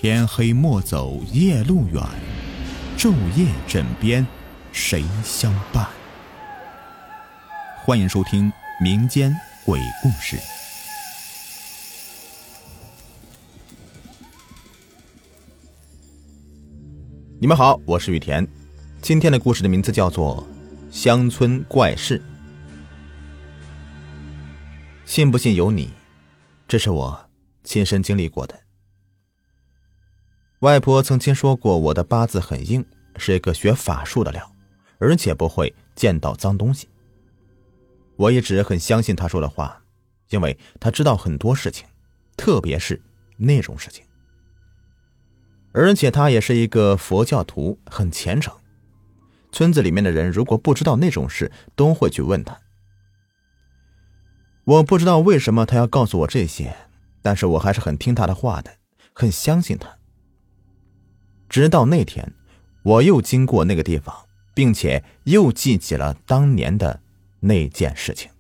天黑莫走夜路远，昼夜枕边谁相伴？欢迎收听民间鬼故事。 你们好，我是雨田。今天的故事的名字叫做乡村怪事。信不信由你，这是我亲身经历过的。外婆曾经说过我的八字很硬，是一个学法术的料，而且不会见到脏东西。我一直很相信她说的话，因为她知道很多事情，特别是那种事情。而且她也是一个佛教徒，很虔诚。村子里面的人如果不知道那种事，都会去问她。我不知道为什么她要告诉我这些，但是我还是很听她的话的，很相信她。直到那天，我又经过那个地方，并且又记起了当年的那件事情。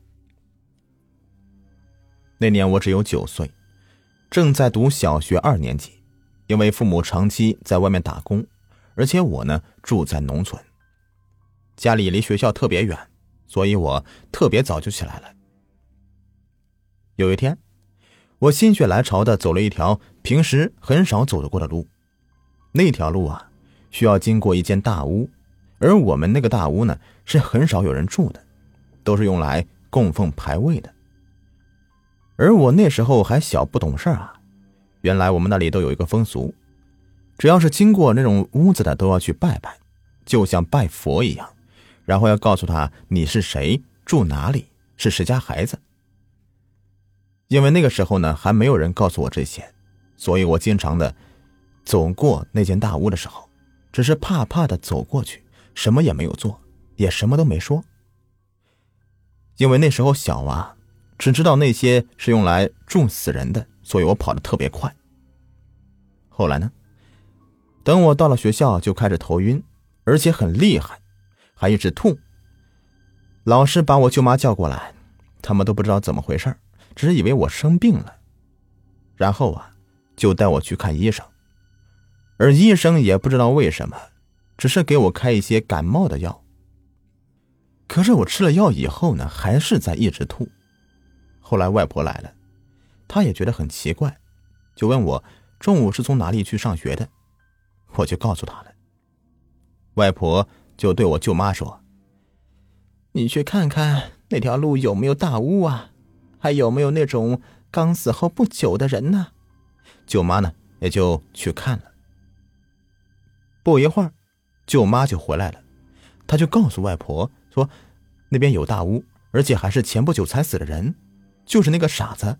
那年我只有9岁，正在读小学2年级。因为父母长期在外面打工，而且我呢住在农村，家里离学校特别远，所以我特别早就起来了。有一天，我心血来潮的走了一条平时很少走得过的路。那条路啊，需要经过一间大屋，而我们那个大屋呢是很少有人住的，都是用来供奉牌位的。而我那时候还小，不懂事啊。原来我们那里都有一个风俗，只要是经过那种屋子的都要去拜拜，就像拜佛一样，然后要告诉他你是谁，住哪里，是谁家孩子。因为那个时候呢还没有人告诉我这些，所以我经常的走过那间大屋的时候，只是怕怕的走过去，什么也没有做，也什么都没说。因为那时候小啊，只知道那些是用来住死人的，所以我跑得特别快。后来呢，等我到了学校就开始头晕，而且很厉害，还一直吐。老师把我舅妈叫过来，他们都不知道怎么回事，只是以为我生病了。然后啊，就带我去看医生。而医生也不知道为什么，只是给我开一些感冒的药。可是我吃了药以后呢，还是在一直吐。后来外婆来了，她也觉得很奇怪，就问我中午是从哪里去上学的。我就告诉她了。外婆就对我舅妈说，你去看看那条路有没有大屋啊，还有没有那种刚死后不久的人呢。舅妈呢也就去看了。不一会儿，舅妈就回来了，她就告诉外婆说那边有大屋，而且还是前不久才死的人，就是那个傻子。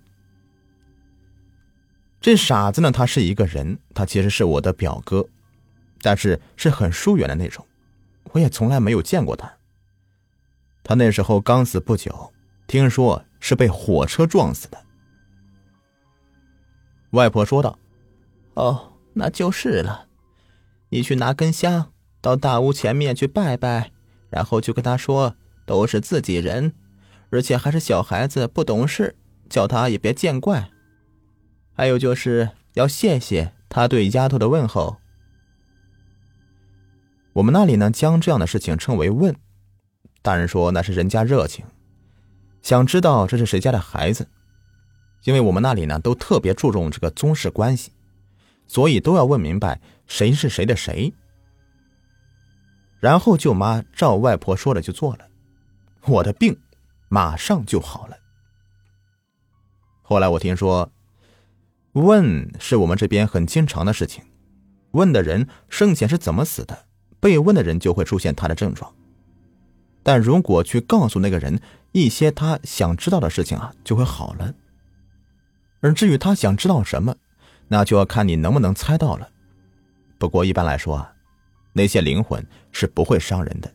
这傻子呢，他是一个人，他其实是我的表哥，但是是很疏远的那种，我也从来没有见过他。他那时候刚死不久，听说是被火车撞死的。外婆说道，哦，那就是了。你去拿根香，到大屋前面去拜拜，然后就跟他说都是自己人，而且还是小孩子不懂事，叫他也别见怪。还有就是要谢谢他对丫头的问候。我们那里呢将这样的事情称为问，大人说那是人家热情，想知道这是谁家的孩子。因为我们那里呢都特别注重这个宗室关系，所以都要问明白谁是谁的谁。然后舅妈照外婆说的就做了，我的病马上就好了。后来我听说问是我们这边很经常的事情，问的人生前是怎么死的，被问的人就会出现他的症状。但如果去告诉那个人一些他想知道的事情啊，就会好了。而至于他想知道什么，那就要看你能不能猜到了。不过一般来说啊，那些灵魂是不会伤人的。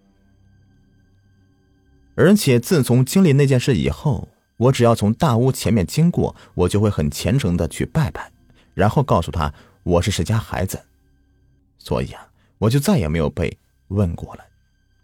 而且自从经历那件事以后，我只要从大屋前面经过，我就会很虔诚的去拜拜，然后告诉他我是谁家孩子。所以啊，我就再也没有被问过了。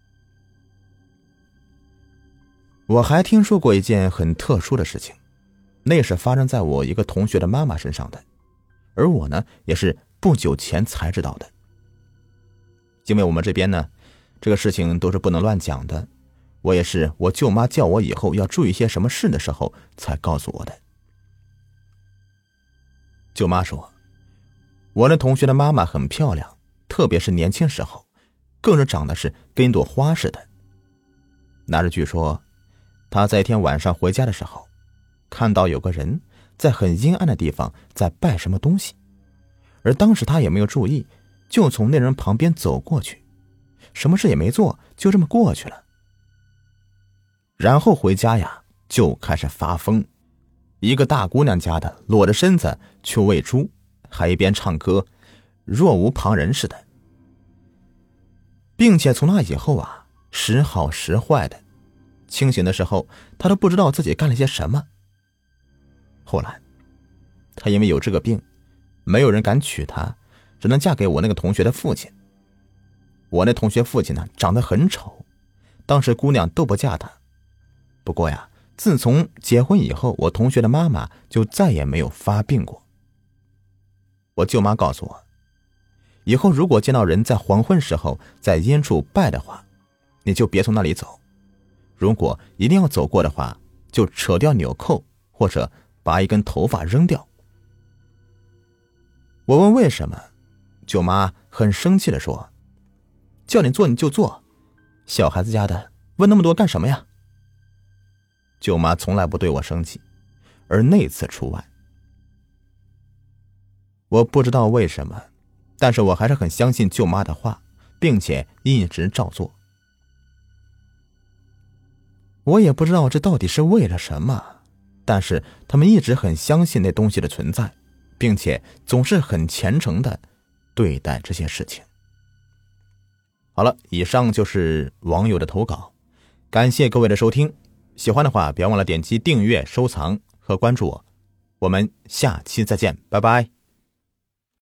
我还听说过一件很特殊的事情，那是发生在我一个同学的妈妈身上的。 而我呢也是不久前才知道的。因为我们这边呢这个事情都是不能乱讲的，我也是我舅妈叫我以后要注意些什么事的时候才告诉我的。舅妈说，我那同学的妈妈很漂亮，特别是年轻时候，更是长得是跟一朵花似的。那日据说她在一天晚上回家的时候，看到有个人在很阴暗的地方在拜什么东西，而当时她也没有注意，就从那人旁边走过去，什么事也没做，就这么过去了。然后回家呀就开始发疯，一个大姑娘家的裸着身子去喂猪，还一边唱歌，若无旁人似的，并且从那以后啊时好时坏的，清醒的时候她都不知道自己干了些什么。后来她因为有这个病，没有人敢娶她，只能嫁给我那个同学的父亲。我那同学父亲呢长得很丑，当时姑娘都不嫁他。不过呀，自从结婚以后，我同学的妈妈就再也没有发病过。我舅妈告诉我，以后如果见到人在黄昏时候在阴处拜的话，你就别从那里走，如果一定要走过的话，就扯掉纽扣，或者把一根头发扔掉。我问为什么，舅妈很生气地说，叫你做你就做，小孩子家的问那么多干什么呀？舅妈从来不对我生气，而那次除外。我不知道为什么，但是我还是很相信舅妈的话，并且一直照做。我也不知道这到底是为了什么，但是他们一直很相信那东西的存在，并且总是很虔诚的对待这些事情。好了，以上就是网友的投稿，感谢各位的收听。喜欢的话别忘了点击订阅、收藏和关注我，我们下期再见，拜拜。